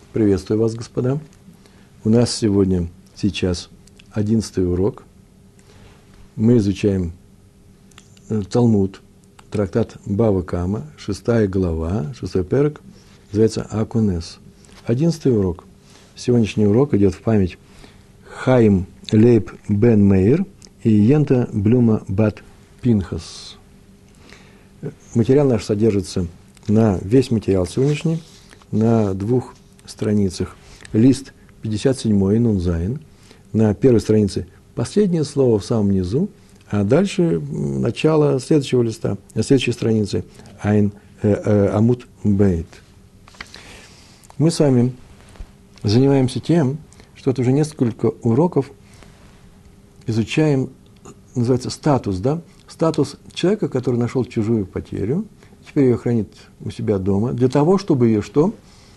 Приветствую вас, господа. У нас сейчас 11-й урок. Мы изучаем Талмуд, трактат Бава Кама, 6 глава, 6 перек, называется Акунес. 11-й урок. Сегодняшний урок идет в память Хаим Лейб бен Меир и Йента Блюма бат Пинхас. Материал наш содержится весь материал сегодняшний на 2 страницах. Лист 57 Нунзайн. На первой странице последнее слово в самом низу, а дальше начало следующего листа, на следующей странице Амут Бейт. Мы с вами занимаемся тем, что это уже несколько уроков изучаем, называется статус, да? Статус человека, который нашел чужую потерю, теперь ее хранит у себя дома, для того, чтобы ее что?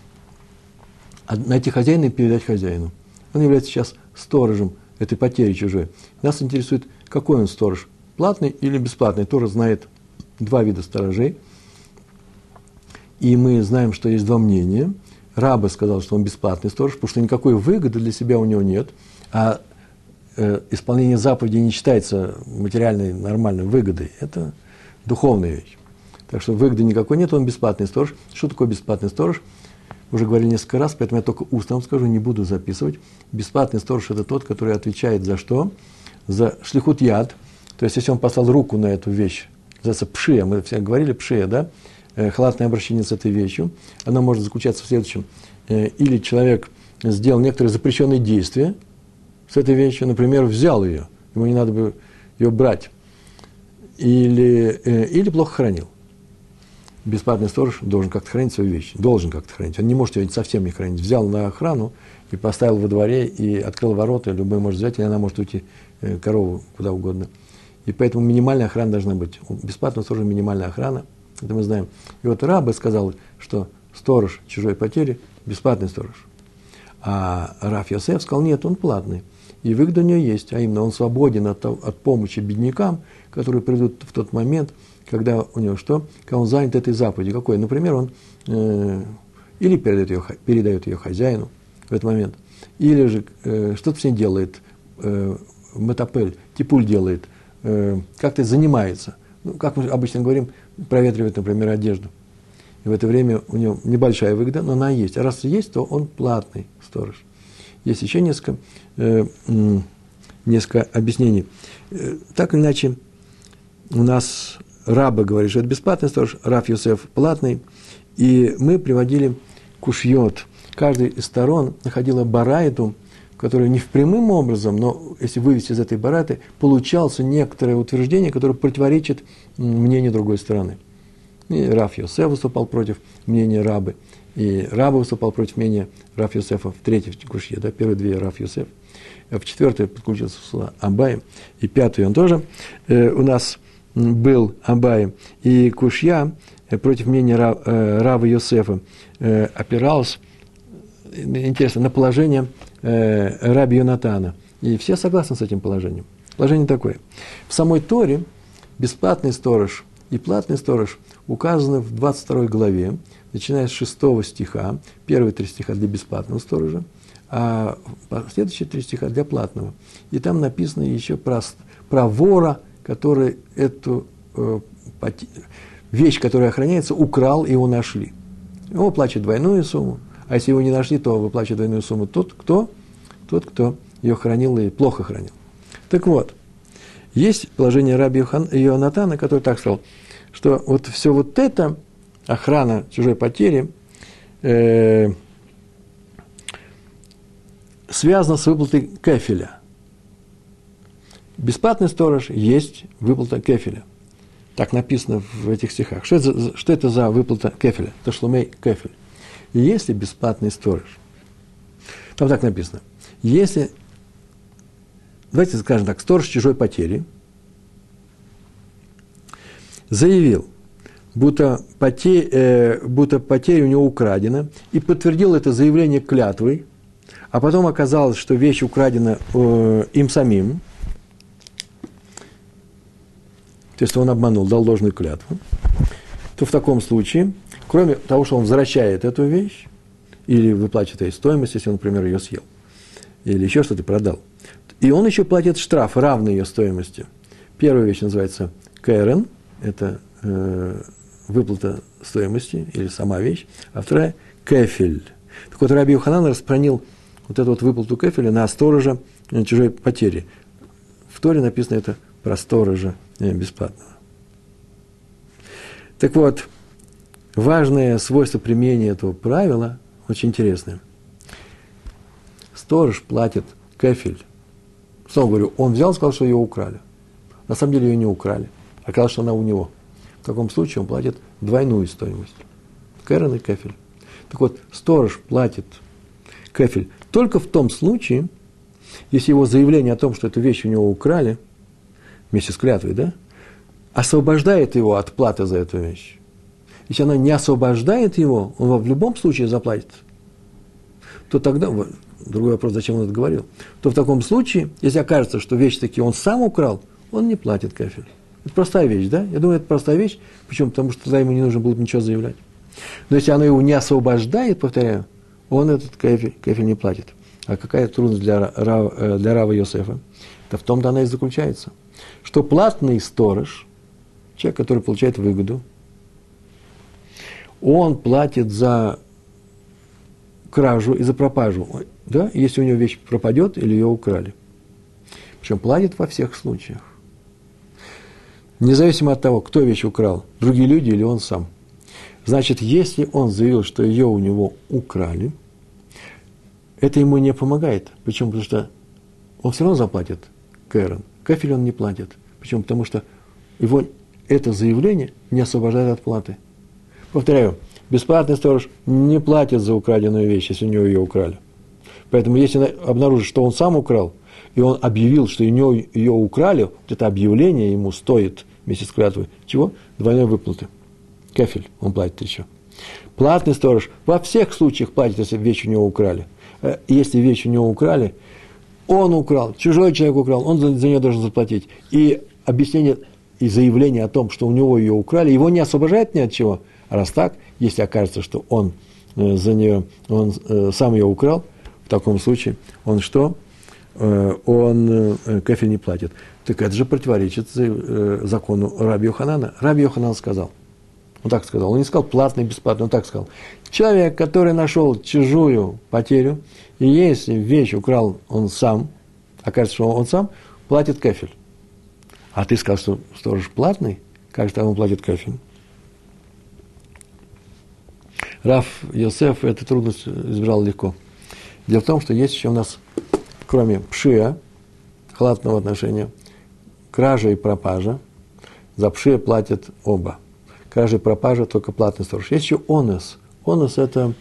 Найти хозяина и передать хозяину. Он является сейчас сторожем этой потери чужой. Нас интересует, какой он сторож, платный или бесплатный. Тора знает 2 вида сторожей. И мы знаем, что есть 2 мнения. Раба сказал, что он бесплатный сторож, потому что никакой выгоды для себя у него нет. А исполнение заповедей не считается материальной, нормальной выгодой. Это духовная вещь. Так что выгоды никакой нет, он бесплатный сторож. Что такое бесплатный сторож? Уже говорили несколько раз, поэтому я только устно скажу, не буду записывать. Бесплатный сторож – это тот, который отвечает за что? За шлихут яд. То есть, если он послал руку на эту вещь, называется пшия, мы все говорили пшия, да? Халатное обращение с этой вещью. Оно может заключаться в следующем. Или человек сделал некоторые запрещенные действия с этой вещью, например, взял ее, ему не надо было ее брать, или плохо хранил. Бесплатный сторож должен как-то хранить свою вещь, должен как-то хранить. Он не может ее совсем не хранить. Взял на охрану и поставил во дворе, и открыл ворота, любой может взять, или она может уйти, корову, куда угодно. И поэтому минимальная охрана должна быть. У бесплатного сторожа минимальная охрана, это мы знаем. И вот Раббе сказал, что сторож чужой потери – бесплатный сторож. А Рав Йосеф сказал, нет, он платный. И выгода у него есть, а именно он свободен от помощи беднякам, которые придут в тот момент, когда у него что? Когда он занят этой заповедью. Какой? Например, он или передает ее хозяину в этот момент, или же что-то с ней делает, метапель, типуль делает, как-то занимается. Ну, как мы обычно говорим, проветривает, например, одежду. И в это время у него небольшая выгода, но она есть. А раз есть, то он платный сторож. Есть еще несколько объяснений. Так или иначе, у нас Раба говорит, что это бесплатный сторож, Рав Йосеф платный. И мы приводили кушьот. Каждая из сторон находила барайту, которая не в прямым образом, но если вывести из этой барайты, получался некоторое утверждение, которое противоречит мнению другой стороны. И Рав Йосеф выступал против мнения Рабы, и Раба выступал против мнения Рав Йосефа в 3-й кушье, да, первые 2 Рав Йосеф, в 4-й подключился Абай, и 5-й он тоже у нас был Абай, и кушья против мнения Рава Йосефа опиралась, интересно, на положение Раби Йонатана. И все согласны с этим положением. Положение такое. В самой Торе бесплатный сторож и платный сторож указаны в 22 главе, начиная с 6 стиха. Первые 3 стиха для бесплатного сторожа, а следующие 3 стиха для платного. И там написано еще про вора, который эту вещь, которая охраняется, украл, и его нашли. Его платят двойную сумму, а если его не нашли, то выплачивает двойную сумму тот, кто ее хранил и плохо хранил. Так вот, есть положение Раби Йонатана, который так сказал, что вот все вот это, охрана чужой потери, связано с выплатой кефеля. Бесплатный сторож есть выплата кефеля. Так написано в этих стихах. Что это за выплата кефеля? Ташлумей кефель. Если бесплатный сторож, там так написано, давайте скажем так, сторож чужой потери заявил, будто потеря у него украдена, и подтвердил это заявление клятвой, а потом оказалось, что вещь украдена им самим, то есть он обманул, дал ложную клятву, то в таком случае, кроме того, что он возвращает эту вещь, или выплачивает ей стоимость, если он, например, ее съел, или еще что-то продал. И он еще платит штраф, равный ее стоимости. Первая вещь называется кэрен, это выплата стоимости, или сама вещь, а вторая – кефель. Так вот, Раби Йоханан распространил вот эту вот выплату кефеля на сторожа чужой потери. В Торе написано это про сторожа бесплатного. Так вот, важное свойство применения этого правила очень интересное. Сторож платит кефель. Снова говорю, он взял и сказал, что ее украли. На самом деле ее не украли. Оказалось, что она у него. В таком случае он платит двойную стоимость. Кэрен и кефель. Так вот, сторож платит кефель только в том случае, если его заявление о том, что эту вещь у него украли, вместе с клятвой, да, освобождает его от платы за эту вещь. Если она не освобождает его, он в любом случае заплатит. То тогда, другой вопрос, зачем он это говорил, то в таком случае, если окажется, что вещь таки он сам украл, он не платит кефель. Это простая вещь, да? Я думаю, это простая вещь. Почему? Потому что тогда ему не нужно было бы ничего заявлять. Но если оно его не освобождает, повторяю, он этот кефель не платит. А какая трудность для Рава Йосефа? Да в том-то она и заключается, что платный сторож, человек, который получает выгоду, он платит за кражу и за пропажу, да, если у него вещь пропадет или ее украли. Причем платит во всех случаях. Независимо от того, кто вещь украл, другие люди или он сам. Значит, если он заявил, что ее у него украли, это ему не помогает. Почему? Потому что он все равно заплатит кэрен. Кефель он не платит. Почему? Потому что его это заявление не освобождает от платы. Повторяю, бесплатный сторож не платит за украденную вещь, если у него ее украли. Поэтому, если обнаружит, что он сам украл, и он объявил, что у него ее украли, вот это объявление ему стоит вместе с клятвой чего? Двойной выплаты. Кефель он платит еще. Платный сторож во всех случаях платит, если вещь у него украли. Если вещь у него украли, он украл, чужой человек украл, он за нее должен заплатить. И объяснение и заявление о том, что у него ее украли, его не освобождает ни от чего. А раз так, если окажется, что он за нее, он сам ее украл, в таком случае он что? Он кефель не платит. Так это же противоречит закону Раби Йоханана. Раби Йоханан сказал, он так сказал, он не сказал платный, бесплатный, он так сказал. Человек, который нашел чужую потерю, и если вещь украл он сам, окажется, что он сам, платит кефель. А ты сказал, что сторож платный, как же там он платит кефель? Рав Йосеф эту трудность избрал легко. Дело в том, что есть еще у нас, кроме пшия, халатного отношения, кража и пропажа, за пшия платят оба. Кража и пропажа только платный сторож. Есть еще онес. Онес – это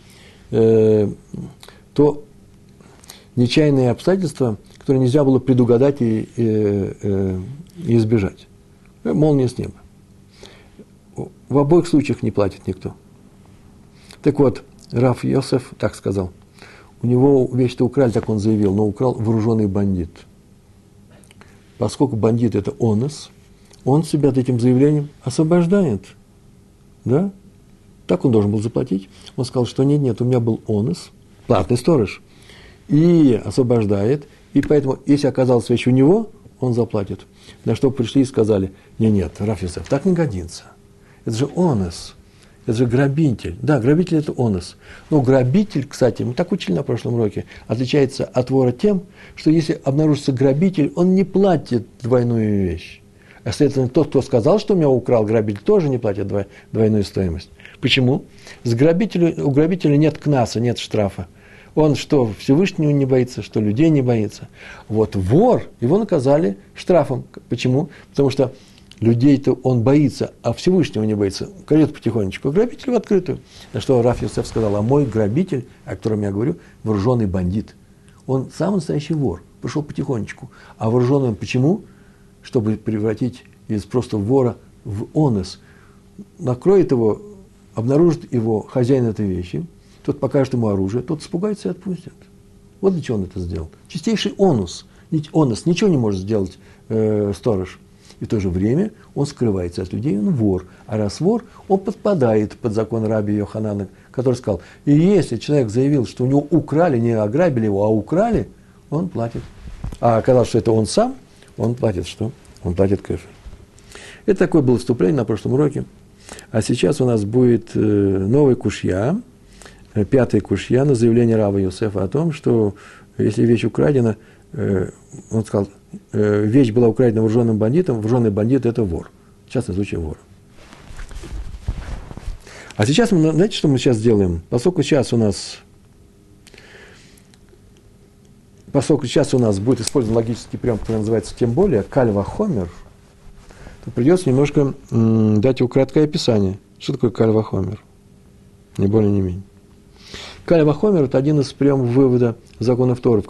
то нечаянные обстоятельства, которые нельзя было предугадать и избежать. Молния с неба. В обоих случаях не платит никто. Так вот, Рав Йосеф так сказал. У него вещь-то украли, так он заявил, но украл вооруженный бандит. Поскольку бандит – это онес, он себя этим заявлением освобождает. Да? Так он должен был заплатить. Он сказал, что нет, у меня был онес, платный сторож, и освобождает. И поэтому, если оказалась вещь у него, он заплатит. На что пришли и сказали, нет, Рав Йосеф, так не годится. Это же онес. Это же грабитель. Да, грабитель – это онес. Но грабитель, кстати, мы так учили на прошлом уроке, отличается от вора тем, что если обнаружится грабитель, он не платит двойную вещь. А, следовательно, тот, кто сказал, что у меня украл грабитель, тоже не платит двойную стоимость. Почему? У грабителя нет кнаса, нет штрафа. Он что, Всевышнего не боится, что людей не боится. Вот вор, его наказали штрафом. Почему? Потому что людей-то он боится, а Всевышнего не боится. Крадет потихонечку, а грабитель в открытую. На что Рав Йосеф сказал, а мой грабитель, о котором я говорю, вооруженный бандит. Он самый настоящий вор, пошел потихонечку. А вооруженный он почему? Чтобы превратить из просто вора в онес. Накроет его, обнаружит его хозяин этой вещи, тот покажет ему оружие, тот испугается и отпустит. Вот для чего он это сделал. Чистейший онус. Онус ничего не может сделать сторож. И в то же время он скрывается от людей, он вор. А раз вор, он подпадает под закон Раби Йоханана, который сказал, и если человек заявил, что у него украли, не ограбили его, а украли, он платит. А оказалось, что это он сам, он платит что? Он платит кефер. Это такое было вступление на прошлом уроке. А сейчас у нас будет новый кушья, 5-й кушья на заявление Рава Йосефа о том, что если вещь украдена, он сказал, вещь была украдена вооруженным бандитом, вооруженный бандит – это вор. В частном случае вор. А сейчас, знаете, что мы сейчас делаем? Поскольку сейчас у нас будет использован логический прием, который называется тем более каль-ва-хомер, то придется немножко дать ему краткое описание. Что такое каль-ва-хомер? Ни более, ни менее. Каль-ва-хомер – это один из приемов вывода законов Торы,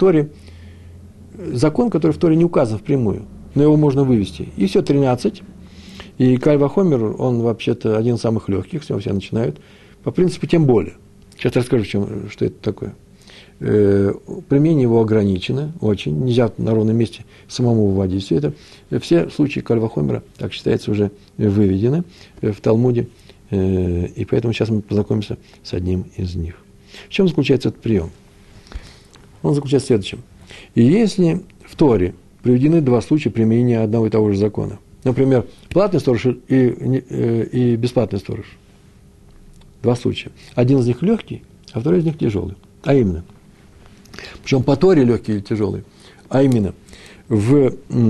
закон, который в Торе не указан впрямую, но его можно вывести. И все 13. И каль-ва-хомер, он вообще-то один из самых легких, с него все начинают. По принципу, тем более. Сейчас расскажу, что это такое. Применение его ограничено очень. Нельзя на ровном месте самому выводить все это. Все случаи каль-ва-хомера, так считается, уже выведены в Талмуде. И поэтому сейчас мы познакомимся с одним из них. В чем заключается этот прием? Он заключается в следующем. И если в Торе приведены два случая применения одного и того же закона, например, платный сторож и бесплатный сторож, два случая. Один из них легкий, а второй из них тяжелый. А именно, причем по Торе легкий или тяжелый, а именно, в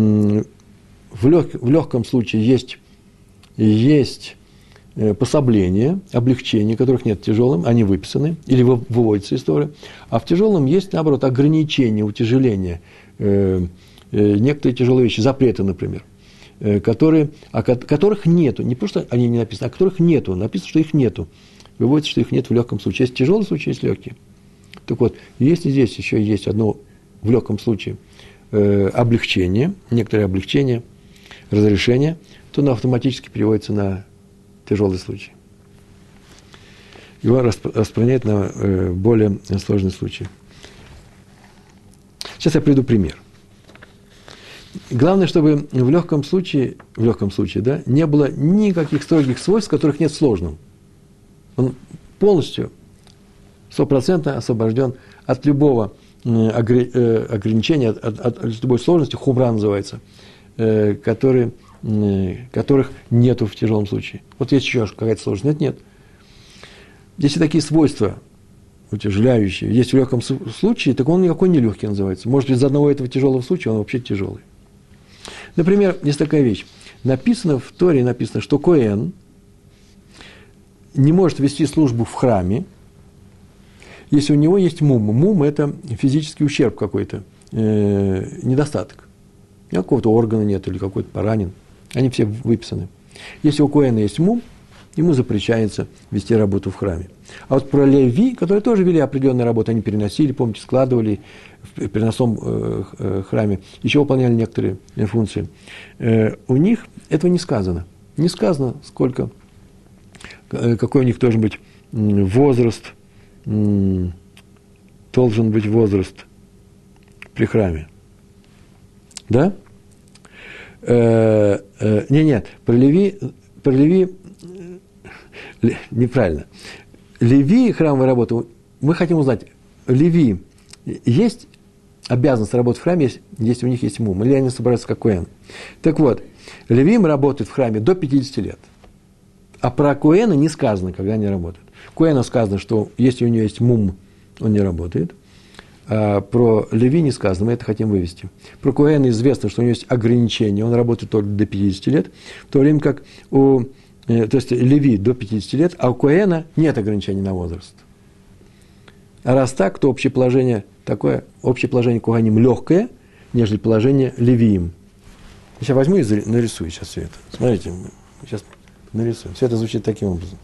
легком случае есть пособление, облегчение, которых нет в тяжелом, они выписаны или выводятся из Торы, а в тяжелом есть, наоборот, ограничение, утяжеление, некоторые тяжелые вещи, запреты, например, которых нету, не просто они не написаны, а которых нету, написано, что их нету, выводится, что их нет в легком случае. Есть тяжелый случай, есть легкий. Так вот, если здесь еще есть одно в легком случае облегчение, некоторое облегчение, разрешение, то оно автоматически переводится на тяжелый случай. Его распространяет на более сложный случай. Сейчас я приведу пример. Главное, чтобы в легком случае, да, не было никаких строгих свойств, которых нет в сложном. Он полностью, 100% освобожден от любого ограничения, от любой сложности, хумра называется, которых нету в тяжелом случае. Вот есть еще какая-то сложность. Нет. Если такие свойства утяжеляющие есть в легком случае, так он никакой не легкий называется. Может быть, из одного этого тяжелого случая он вообще тяжелый. Например, есть такая вещь. Написано в Торе, что коэн не может вести службу в храме, если у него есть мум. Мум – это физический ущерб какой-то, недостаток. Какого-то органа нет или какой-то поранен. Они все выписаны. Если у коэна есть мум, ему запрещается вести работу в храме. А вот про леви, которые тоже вели определенную работу, они переносили, помните, складывали в переносном храме, еще выполняли некоторые функции. У них этого не сказано. Не сказано, какой у них должен быть возраст, при храме. Да? Нет, про Леви, неправильно. Леви храмовая работа, мы хотим узнать, Леви есть обязанность работать в храме, если у них есть мум, или они собираются как коэн. Так вот, Левиим работают в храме до 50 лет, а про коэна не сказано, когда они работают. Коэну сказано, что если у него есть мум, он не работает. А про Леви не сказано, мы это хотим вывести. Про коэна известно, что у него есть ограничения, он работает только до 50 лет, в то время как то есть Леви до 50 лет, а у коэна нет ограничений на возраст. А раз так, то общее положение коэним легкое, нежели положение Левиим. Сейчас возьму и нарисую сейчас все это. Смотрите, сейчас нарисую. Все это звучит таким образом.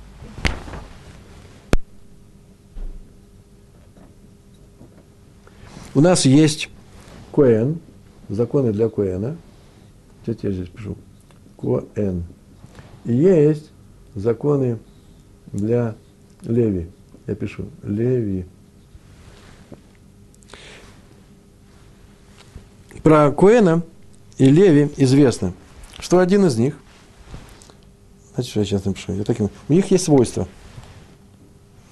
У нас есть коэн, законы для коэна. Сейчас я здесь пишу. Коэн. И есть законы для Леви. Я пишу Леви. Про коэна и Леви известно, что один из них, знаете, что я сейчас напишу? У них есть свойства.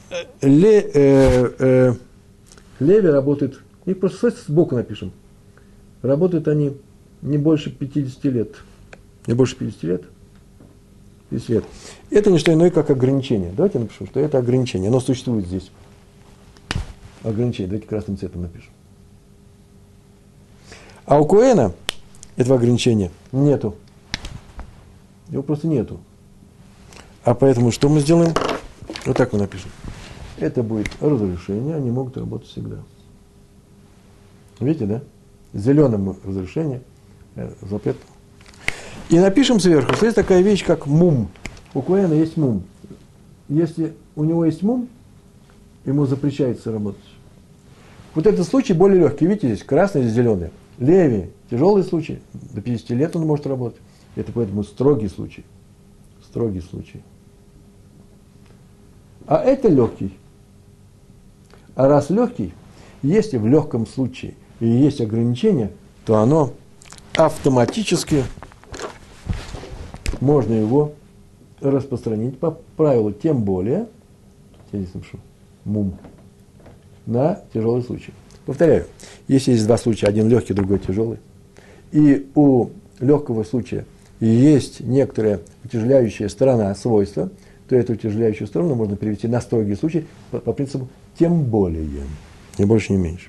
Леви работают, их просто сбоку напишем. Работают они не больше 50 лет. Не больше 50 лет. 50 лет. Это не что иное, как ограничение. Давайте напишем, что это ограничение. Оно существует здесь. Ограничение. Давайте красным цветом напишем. А у Коэна этого ограничения нету. Его просто нету. А поэтому что мы сделаем? Вот так мы напишем. Это будет разрешение, они могут работать всегда. Видите, да? Зеленым разрешение, запрет. И напишем сверху, что есть такая вещь, как мум. У Коэна есть мум. Если у него есть мум, ему запрещается работать. Вот этот случай более легкий. Видите, здесь красный, здесь зеленый. Леви, тяжелый случай. До 50 лет он может работать. Это поэтому строгий случай. Строгий случай. А это легкий. А раз легкий, если в легком случае и есть ограничения, то оно автоматически можно его распространить по правилу, тем более, я здесь напишу, мум, на тяжелый случай. Повторяю, если есть два случая, один легкий, другой тяжелый, и у легкого случая есть некоторая утяжеляющая сторона свойства, то эту утяжеляющую сторону можно перевести на строгий случай по принципу тем более, ни больше, ни меньше.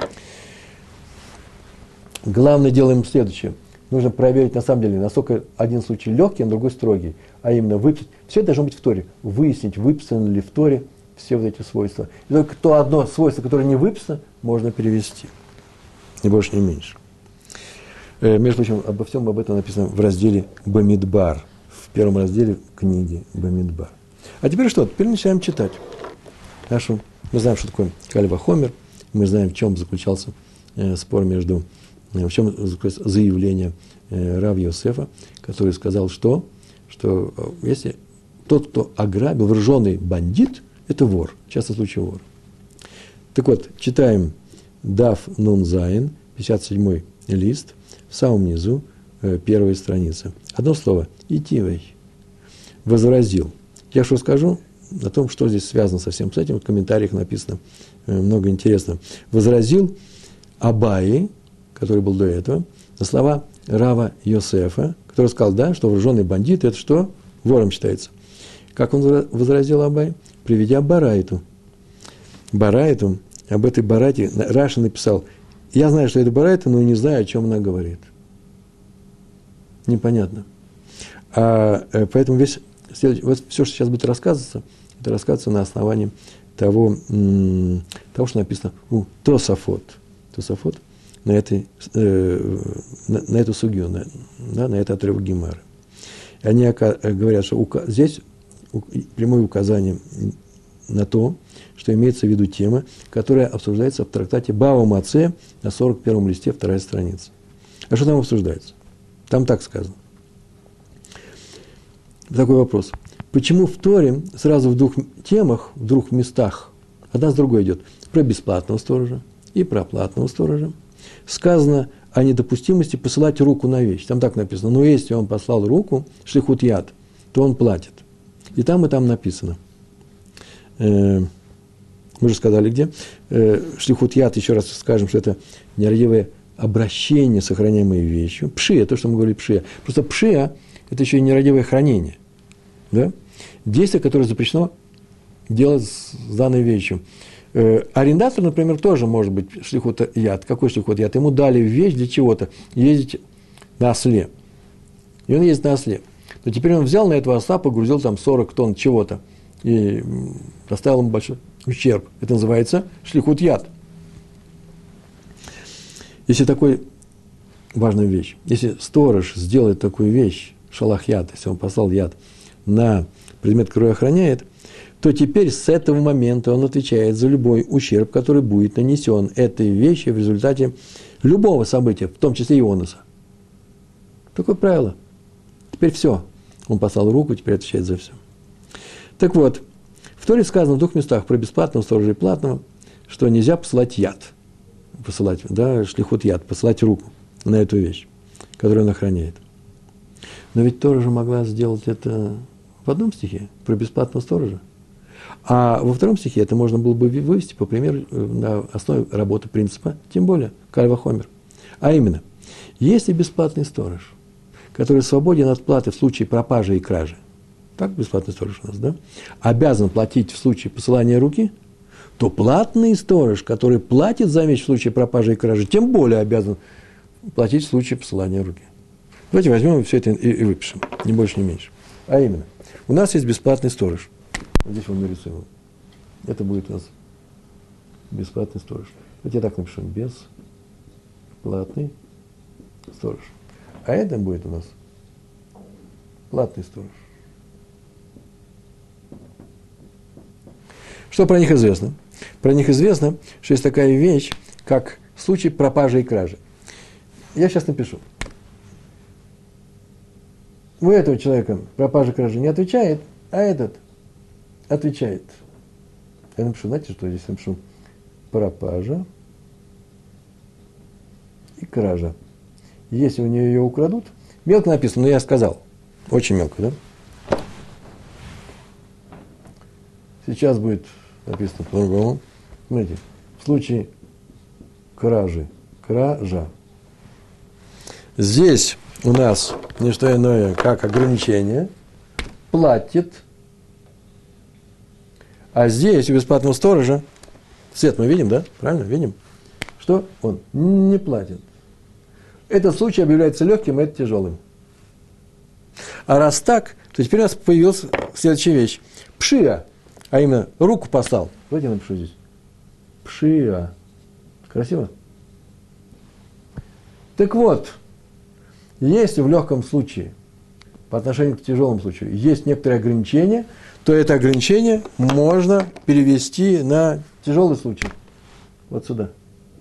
Главное делаем следующее. Нужно проверить на самом деле, насколько один случай легкий, а другой строгий. А именно выписать. Все это должно быть в Торе. Выяснить, выписаны ли в Торе все вот эти свойства. И только то одно свойство, которое не выписано, можно перевести. Ни больше, ни меньше. Между прочим, обо всем об этом написано в разделе Бамидбар. В первом разделе книги Бамидбар. А теперь что? Теперь начинаем читать. Хорошо. Мы знаем, что такое Каль ва-Хомер. Мы знаем, в чем заключался спор между... В чем заключается заявление Рав Йосефа, который сказал, что если тот, кто ограбил, вооруженный бандит, это вор. Часто случай вор. Так вот, читаем Дав Нун Зайн, 57-й лист, в самом низу, первая страница. Одно слово – итивей. Возразил. Я что скажу о том, что здесь связано со всем с этим. В комментариях написано много интересного. Возразил Абайи, который был до этого, на слова Рава Йосефа, который сказал, да, что вооруженный бандит – это что? Вором считается. Как он возразил Абай? Приведя Барайту. Барайту, об этой Барайте Раши написал, я знаю, что это Барайта, но не знаю, о чем она говорит. Непонятно. Поэтому вот все, что сейчас будет рассказываться, это рассказывается на основании того, что написано у Тосафот. Тосафот на эту сугью, на этот отрывок Гемары. Они говорят, что здесь прямое указание на то, что имеется в виду тема, которая обсуждается в трактате Бава Маце на 41-м листе, 2-я страница. А что там обсуждается? Там так сказано. Такой вопрос. Почему в Торе сразу в двух темах, в двух местах, одна с другой идет, про бесплатного сторожа и про платного сторожа, сказано о недопустимости посылать руку на вещь. Там так написано, но если он послал руку, шлихут яд, то он платит. И там написано. Мы же сказали, где. Шлихут яд, еще раз скажем, что это нерадивое обращение с охраняемой вещью. Пшия, то, что мы говорили, пшия. Просто пшия – это еще и нерадивое хранение. Да? Действие, которое запрещено делать с данной вещью. Арендатор, например, тоже может быть шлихут яд. Какой шлихут яд? Ему дали вещь для чего-то, ездить на осле. И он ездит на осле. Но теперь он взял на этого осла, погрузил там 40 тонн чего-то и доставил ему большой ущерб. Это называется шлихут яд. Если такой важная вещь, если сторож сделает такую вещь, шалах яд, если он послал яд на предмет, который охраняет, то теперь с этого момента он отвечает за любой ущерб, который будет нанесен этой вещи в результате любого события, в том числе и оноса. Такое правило. Теперь все. Он послал руку, теперь отвечает за все. Так вот, в Торе сказано в двух местах про бесплатного сторожа и платного, что нельзя посылать яд. Посылать, да, шлихут яд, посылать руку на эту вещь, которую он охраняет. Но ведь Тора же могла сделать это в одном стихе, про бесплатного сторожа. А во втором стихе это можно было бы вывести, по примеру, на основе работы принципа, тем более, каль вахомер. А именно, если бесплатный сторож, который свободен от платы в случае пропажи и кражи, так бесплатный сторож у нас, да, обязан платить в случае посылания руки, то платный сторож, который платит за вещь в случае пропажи и кражи, тем более обязан платить в случае посылания руки. Давайте возьмем все это и выпишем, ни больше, ни меньше. А именно, у нас есть бесплатный сторож. Вот здесь он нарисуем. Это будет у нас бесплатный сторож. Вот я так напишу. Бесплатный сторож. А это будет у нас платный сторож. Что про них известно? Про них известно, что есть такая вещь, как случай пропажи и кражи. Я сейчас напишу. У этого человека пропажа и кражи не отвечает, а этот отвечает. Я напишу, знаете, что здесь напишу? Пропажа и кража. Если у нее ее украдут, мелко написано, но я сказал, очень мелко, да? Сейчас будет написано по-другому. Смотрите, в случае кража. Здесь у нас не что иное, как ограничение, платит. А здесь у бесплатного сторожа, свет мы видим, да? Правильно? Видим? Что он не платит. Этот случай объявляется легким, а это тяжелым. А раз так, то теперь у нас появилась следующая вещь. Пшия, а именно руку послал. Давайте я напишу здесь. Пшия. Красиво? Так вот, если в легком случае, по отношению к тяжелому случаю, есть некоторые ограничения, то это ограничение можно перевести на тяжелый случай. Вот сюда.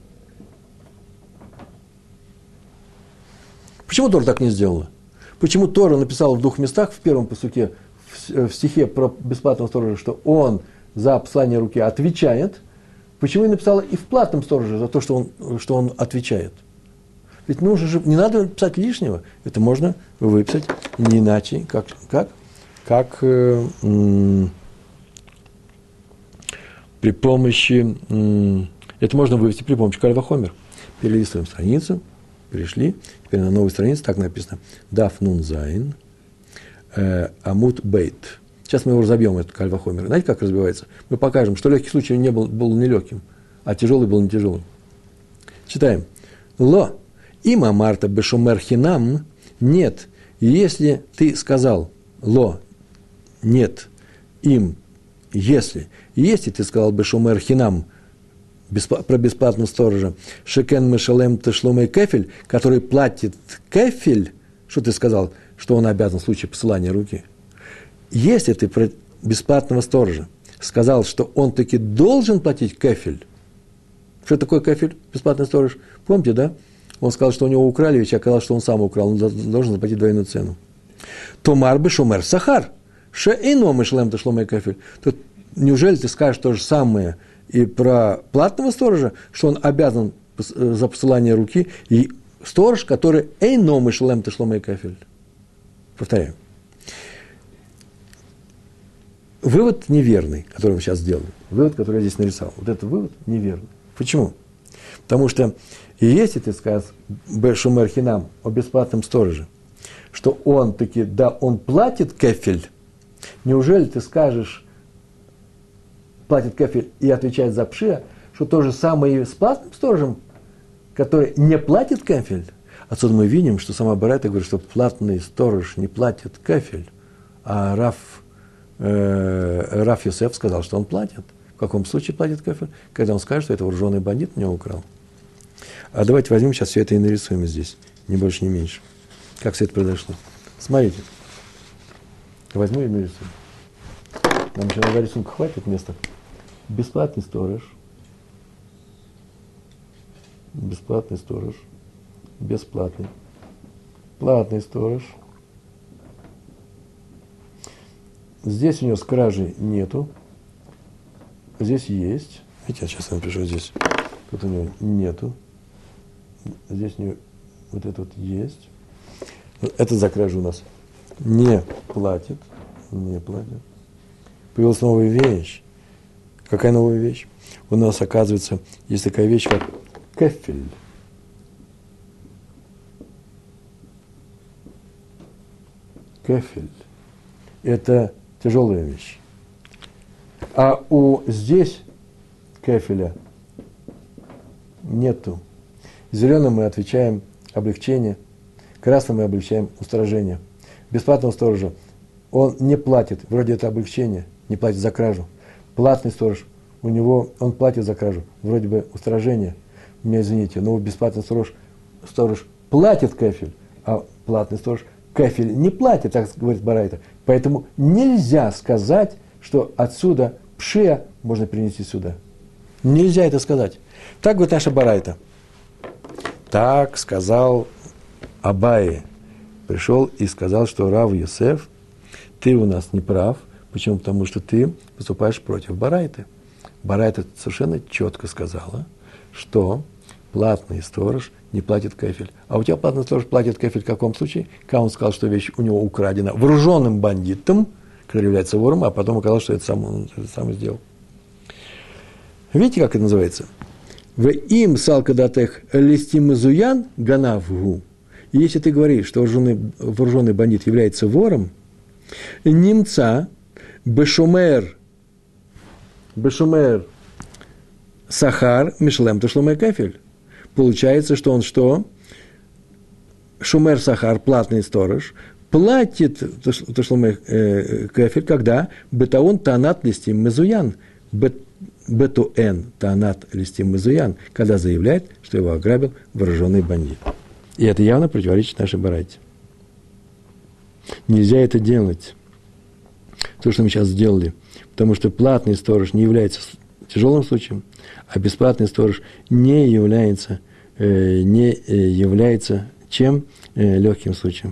Почему Тора так не сделала? Почему Тора написала в двух местах, в первом пасуке, в стихе про бесплатного сторожа, что он за послание руки отвечает? Почему не написала и в платном стороже за то, что он отвечает? Ведь нужно же, не надо писать лишнего. Это можно выписать не иначе, как при помощи, это можно вывести при помощи каль вахомер. Перелистываем страницу, перешли, теперь на новой странице так написано. Даф нун зайн, амут бейт. Сейчас мы его разобьем, этот каль вахомер. Знаете, как разбивается? Мы покажем, что легкий случай был нелегким, а тяжелый был не тяжелым. Читаем. Ло. Има Марта бешумер хинам, нет, если ты сказал, ло, нет, им, если ты сказал бешумер хинам, про бесплатного сторожа, шекен мешалем тешлумей кефель, который платит кефель, что ты сказал, что он обязан в случае посылания руки, если ты про бесплатного сторожа сказал, что он таки должен платить кефель, что такое кефель, бесплатный сторож, помните, да? Он сказал, что у него украли вещь, а оказалось, что он сам украл, он должен заплатить двойную цену. Томар бы шумер сахар, шеино мышлем ташломей кафель. Тут неужели ты скажешь то же самое и про платного сторожа, что он обязан за посылание руки, и сторож, который эйно мышлем ташломей кафель. Повторяю. Вывод неверный, который мы сейчас сделали. Вывод, который я здесь нарисовал. Вот этот вывод неверный. Почему? Потому что если ты скажешь бешумер хинам о бесплатном стороже, что он таки, да, он платит кефель, неужели ты скажешь, платит кефель и отвечает за пшия, что то же самое и с платным сторожем, который не платит кефель? Отсюда мы видим, что сама Барайта говорит, что платный сторож не платит кефель, а Рав Йосеф сказал, что он платит. В каком случае платит кефель? Когда он скажет, что это вооруженный бандит у него украл. А давайте возьмем сейчас все это и нарисуем здесь, ни больше, ни меньше. Как все это произошло? Смотрите. Возьму и нарисую. Нам еще на рисунка хватит места. Бесплатный сторож. Бесплатный сторож. Бесплатный. Платный сторож. Здесь у него с кражей нету. Здесь есть. Видите, я сейчас напишу здесь. Тут у него нету. Здесь у него вот это вот есть. Это за кражу у нас не платит. Не платит. появилась новая вещь. Какая новая вещь? У нас, оказывается, есть такая вещь, как кефель. Кефель. Это тяжелая вещь. А здесь кефеля нету. Зеленым мы отвечаем облегчение, красным мы облегчаем устражение. Бесплатного сторожа он не платит, вроде это облегчение, не платит за кражу. Платный сторож, он платит за кражу, вроде бы устражение. Меня извините, но бесплатный сторож платит кефель, а платный сторож кефель не платит, так говорит Барайта. Поэтому нельзя сказать, что отсюда пшия можно перенести сюда. Нельзя это сказать. Так говорит наша Барайта. Так сказал Абай. Пришел и сказал, что Рав Йосеф, ты у нас не прав. Почему? Потому что ты поступаешь против Барайты. Барайта совершенно четко сказала, что платный сторож не платит кефель. А у тебя платный сторож платит кефель в каком случае? Когда он сказал, что вещь у него украдена вооруженным бандитом, который является вором, а потом оказалось, что он это сам сделал. Видите, как это называется? В им салкадатех листим изуян ганавгу. Если ты говоришь, что вооруженный бандит является вором, немца бешумер сахар мишлем ташлумэ кефель. Получается, что он что? Шумер сахар, платный сторож, платит ташлумэ кефель, когда бетаон танат листим мезуян. Бетуэн танат листим мезуян, когда заявляет, что его ограбил вооруженный бандит. И это явно противоречит нашей барайте. Нельзя это делать. То, что мы сейчас сделали. Потому что платный сторож не является тяжелым случаем, а бесплатный сторож не является чем? Легким случаем.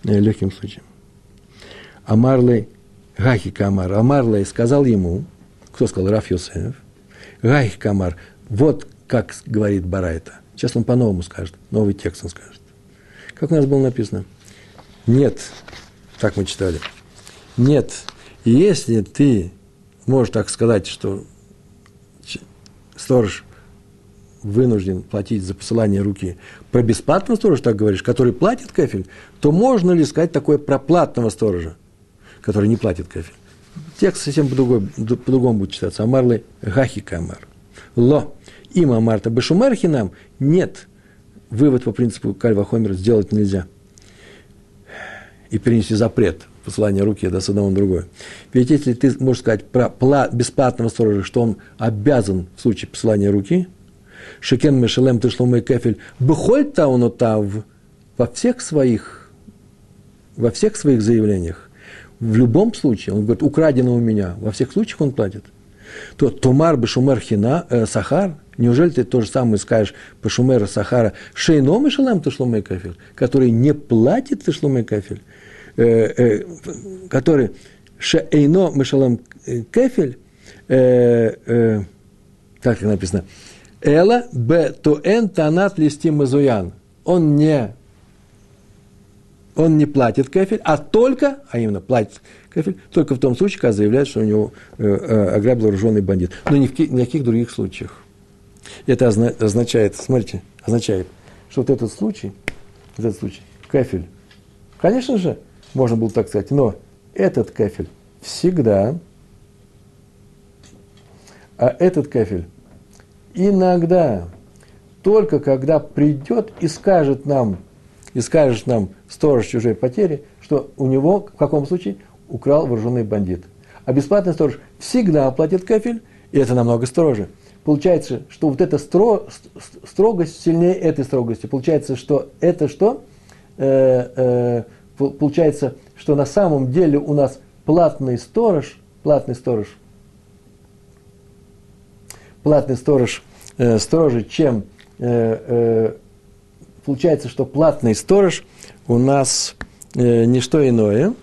Амарлей Гахи Камар. Амарлей сказал ему, кто сказал? Рав Йосеф. Гахи Камар. Вот как говорит Барайта. Сейчас он по-новому скажет. Новый текст он скажет. Как у нас было написано? Нет. Так мы читали. Нет. Если ты можешь так сказать, что сторож вынужден платить за посылание руки, про бесплатного сторожа так говоришь, который платит кефель, то можно ли сказать такое про платного сторожа, который не платит кефель? Текст совсем по-другому будет читаться. Амарлы гахи камар. Ло. Има Марта бешумер хинам. Нет. Вывод по принципу кальва хомер сделать нельзя. И перенести запрет посылания руки с одного на другое. Ведь если ты можешь сказать про бесплатного сторожа, что он обязан в случае посылания руки, шекен мешелем тышлумэй кефель бхоль таунотав во всех своих заявлениях, в любом случае, он говорит, украдено у меня, во всех случаях он платит, то томар бешумер хина сахар, неужели ты то же самое скажешь по шумера сахара шейно мешелем тышлумэй кефель, который не платит тышлумэй кефель, который шейно мешелем кефель, как написано, эла бетуэн танат листим мазуян, он не платит кефель, а именно платит кефель, только в том случае, когда заявляет, что у него ограбил вооруженный бандит. Но ни в каких других случаях. Это означает, смотрите, что вот этот случай, кефель, конечно же, можно было так сказать, но этот кефель всегда, а этот кефель иногда, только когда придет и скажет нам сторож чужой потери, что у него в каком случае украл вооруженный бандит. А бесплатный сторож всегда платит кефель, и это намного строже. Получается, что вот эта строгость сильнее этой строгости. Получается, что это что? Получается, что на самом деле у нас платный сторож строже, чем получается, что платный сторож у нас не что иное.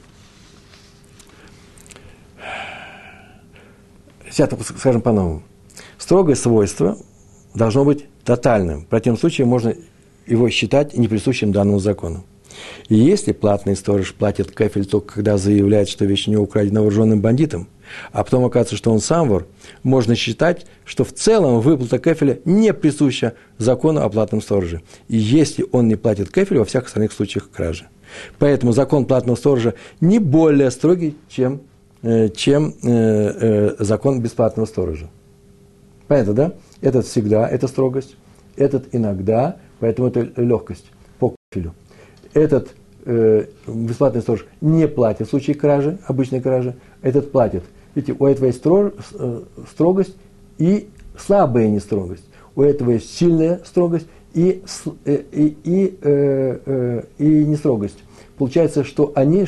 Сейчас скажем по-новому. Строгое свойство должно быть тотальным. В противном случае можно его считать неприсущим данному закону. И если платный сторож платит кефель только когда заявляет, что вещь у него украдена вооруженным бандитом, а потом оказывается, что он сам вор, можно считать, что в целом выплата кефеля не присуща закону о платном стороже. И если он не платит кефель во всех остальных случаях кражи. Поэтому закон платного сторожа не более строгий, чем закон бесплатного сторожа. Понятно, да? Этот всегда, это строгость, этот иногда, поэтому это легкость по кефелю. Этот бесплатный сторож не платит в случае кражи, обычной кражи, этот платит. Видите, у этого есть строгость и слабая нестрогость. У этого есть сильная строгость и нестрогость. Получается, что они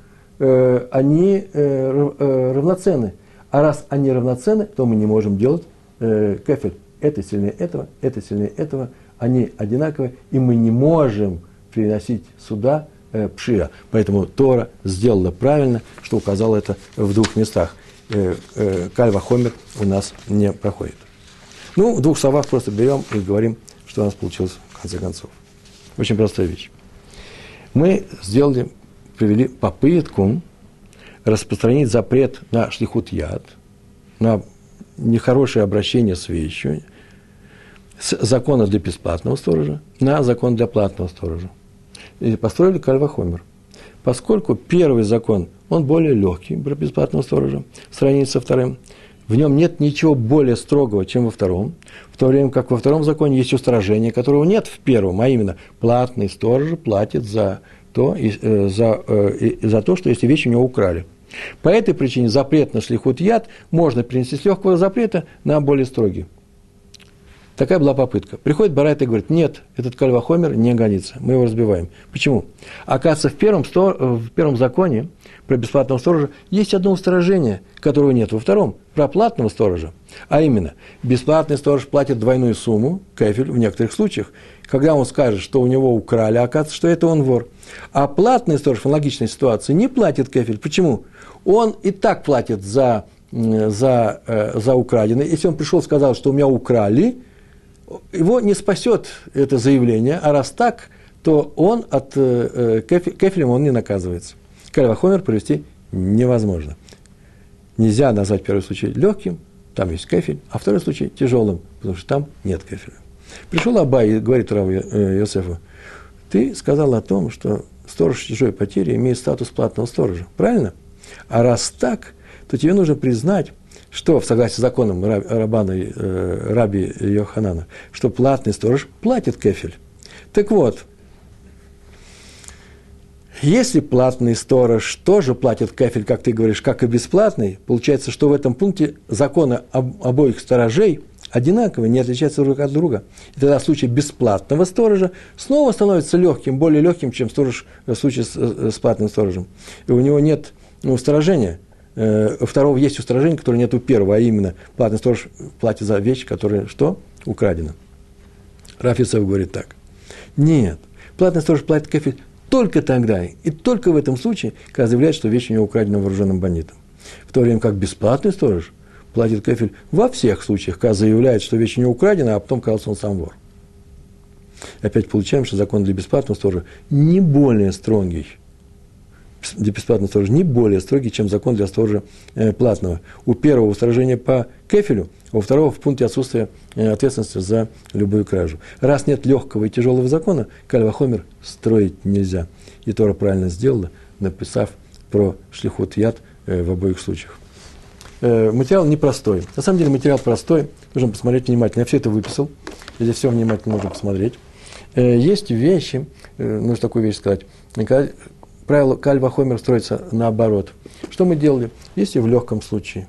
равноценны. А раз они равноценны, то мы не можем делать кефель. Это сильнее этого, они одинаковые, и мы не можем приносить сюда пшия. Поэтому Тора сделала правильно, что указала это в двух местах. Каль вахомер у нас не проходит. Ну, в двух словах просто берем и говорим, что у нас получилось в конце концов. Очень простая вещь. Мы привели попытку распространить запрет на шлихут яд, на нехорошее обращение с вещью, с закона для бесплатного сторожа на закон для платного сторожа. И построили каль вахомер. Поскольку первый закон, он более легкий про бесплатного сторожа, в сравнении со вторым, в нем нет ничего более строгого, чем во втором, в то время как во втором законе есть устражение, которого нет в первом, а именно платный сторож платит за то, что если вещи у него украли. По этой причине запрет на шлихут яд можно перенести с легкого запрета на более строгий. Такая была попытка. Приходит Барайта и говорит, нет, этот каль вахомер не годится, мы его разбиваем. Почему? Оказывается, в первом законе про бесплатного сторожа есть одно устражение, которого нет во втором, про платного сторожа. А именно, бесплатный сторож платит двойную сумму, кефель, в некоторых случаях, когда он скажет, что у него украли, а оказывается, что это он вор. А платный сторож в аналогичной ситуации не платит кефель. Почему? Он и так платит за украденное. Если он пришел и сказал, что у меня украли, его не спасет это заявление, а раз так, то он кефелем он не наказывается. Каль вахомер провести невозможно. Нельзя назвать первый случай легким, там есть кефель, а второй случай тяжелым, потому что там нет кефеля. Пришел Абай и говорит раву Йосефу, ты сказал о том, что сторож чужой потери имеет статус платного сторожа, правильно? А раз так, то тебе нужно признать, что в согласии с законом Раби Йоханана, что платный сторож платит кефель. Так вот, если платный сторож тоже платит кефель, как ты говоришь, как и бесплатный, получается, что в этом пункте законы обоих сторожей одинаковые, не отличаются друг от друга. И тогда случай бесплатного сторожа снова становится легким, более легким, чем в случае с платным сторожем. И у него нет устражения. У второго есть устражение, которое нет у первого, а именно платный сторож платит за вещь, которая что? Украдена. Рав Йосеф говорит так. Нет, платный сторож платит кефель только тогда и только в этом случае, когда заявляет, что вещь у него украдена вооруженным бандитом. В то время как бесплатный сторож платит кефель во всех случаях, когда заявляет, что вещь у него украдена, а потом оказался он сам вор. Опять получаем, что закон для бесплатного сторожа не более строгий, для бесплатного сторожа не более строгий, чем закон для сторожа платного. У первого устражение по кефелю, а у второго в пункте отсутствия ответственности за любую кражу. Раз нет легкого и тяжелого закона, каль вахомер строить нельзя. И Тора правильно сделала, написав про шлихут яд в обоих случаях. Материал непростой. На самом деле материал простой, нужно посмотреть внимательно. Я все это выписал, здесь все внимательно нужно посмотреть. Есть вещи, нужно такую вещь сказать, правило каль вахомер строится наоборот. Что мы делали? Если в легком случае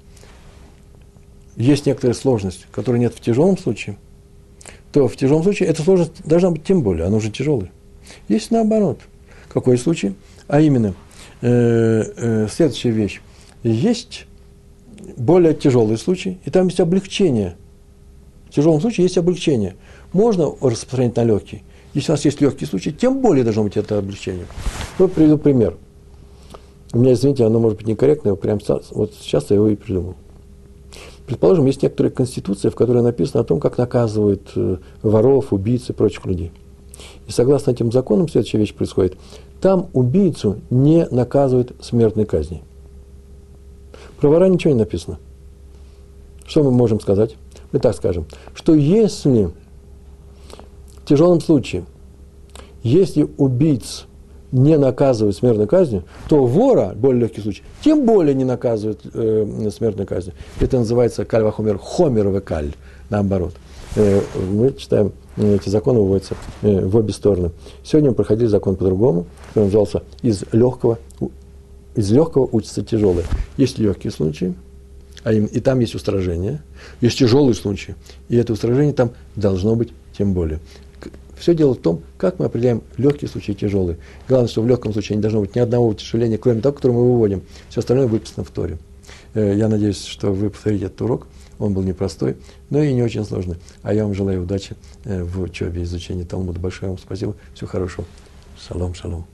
есть некоторая сложность, которой нет в тяжелом случае, то в тяжелом случае эта сложность должна быть тем более, она уже тяжелая. Есть наоборот. Какой случай? А именно, следующая вещь. Есть более тяжелый случай, и там есть облегчение. В тяжелом случае есть облегчение. Можно распространить на легкий. Если у нас есть легкий случай, тем более должно быть это облегчение. Вот приведу пример. У меня, извините, оно может быть некорректное, прямо вот сейчас я его и придумал. Предположим, есть некоторая конституция, в которой написано о том, как наказывают воров, убийц и прочих людей. И согласно этим законам следующая вещь происходит. Там убийцу не наказывают смертной казнью. Про вора ничего не написано. Что мы можем сказать? Мы так скажем, что если в тяжелом случае, если убийц не наказывают смертной казнью, то вора, более легкий случай, тем более не наказывают смертной казнью. Это называется каль вахомер, хомер каль, наоборот. Мы читаем, эти законы выводятся в обе стороны. Сегодня мы проходили закон по-другому, который назывался из легкого учится тяжелое. Есть легкие случаи, и там есть устражение, есть тяжелые случаи, и это устражение там должно быть тем более. Все дело в том, как мы определяем легкие случаи и тяжелые. Главное, что в легком случае не должно быть ни одного утяжеления, кроме того, которое мы выводим. Все остальное выписано в Торе. Я надеюсь, что вы повторите этот урок. Он был непростой, но и не очень сложный. А я вам желаю удачи в учебе и изучении Талмуда. Большое вам спасибо. Всего хорошего. Шалом, шалом.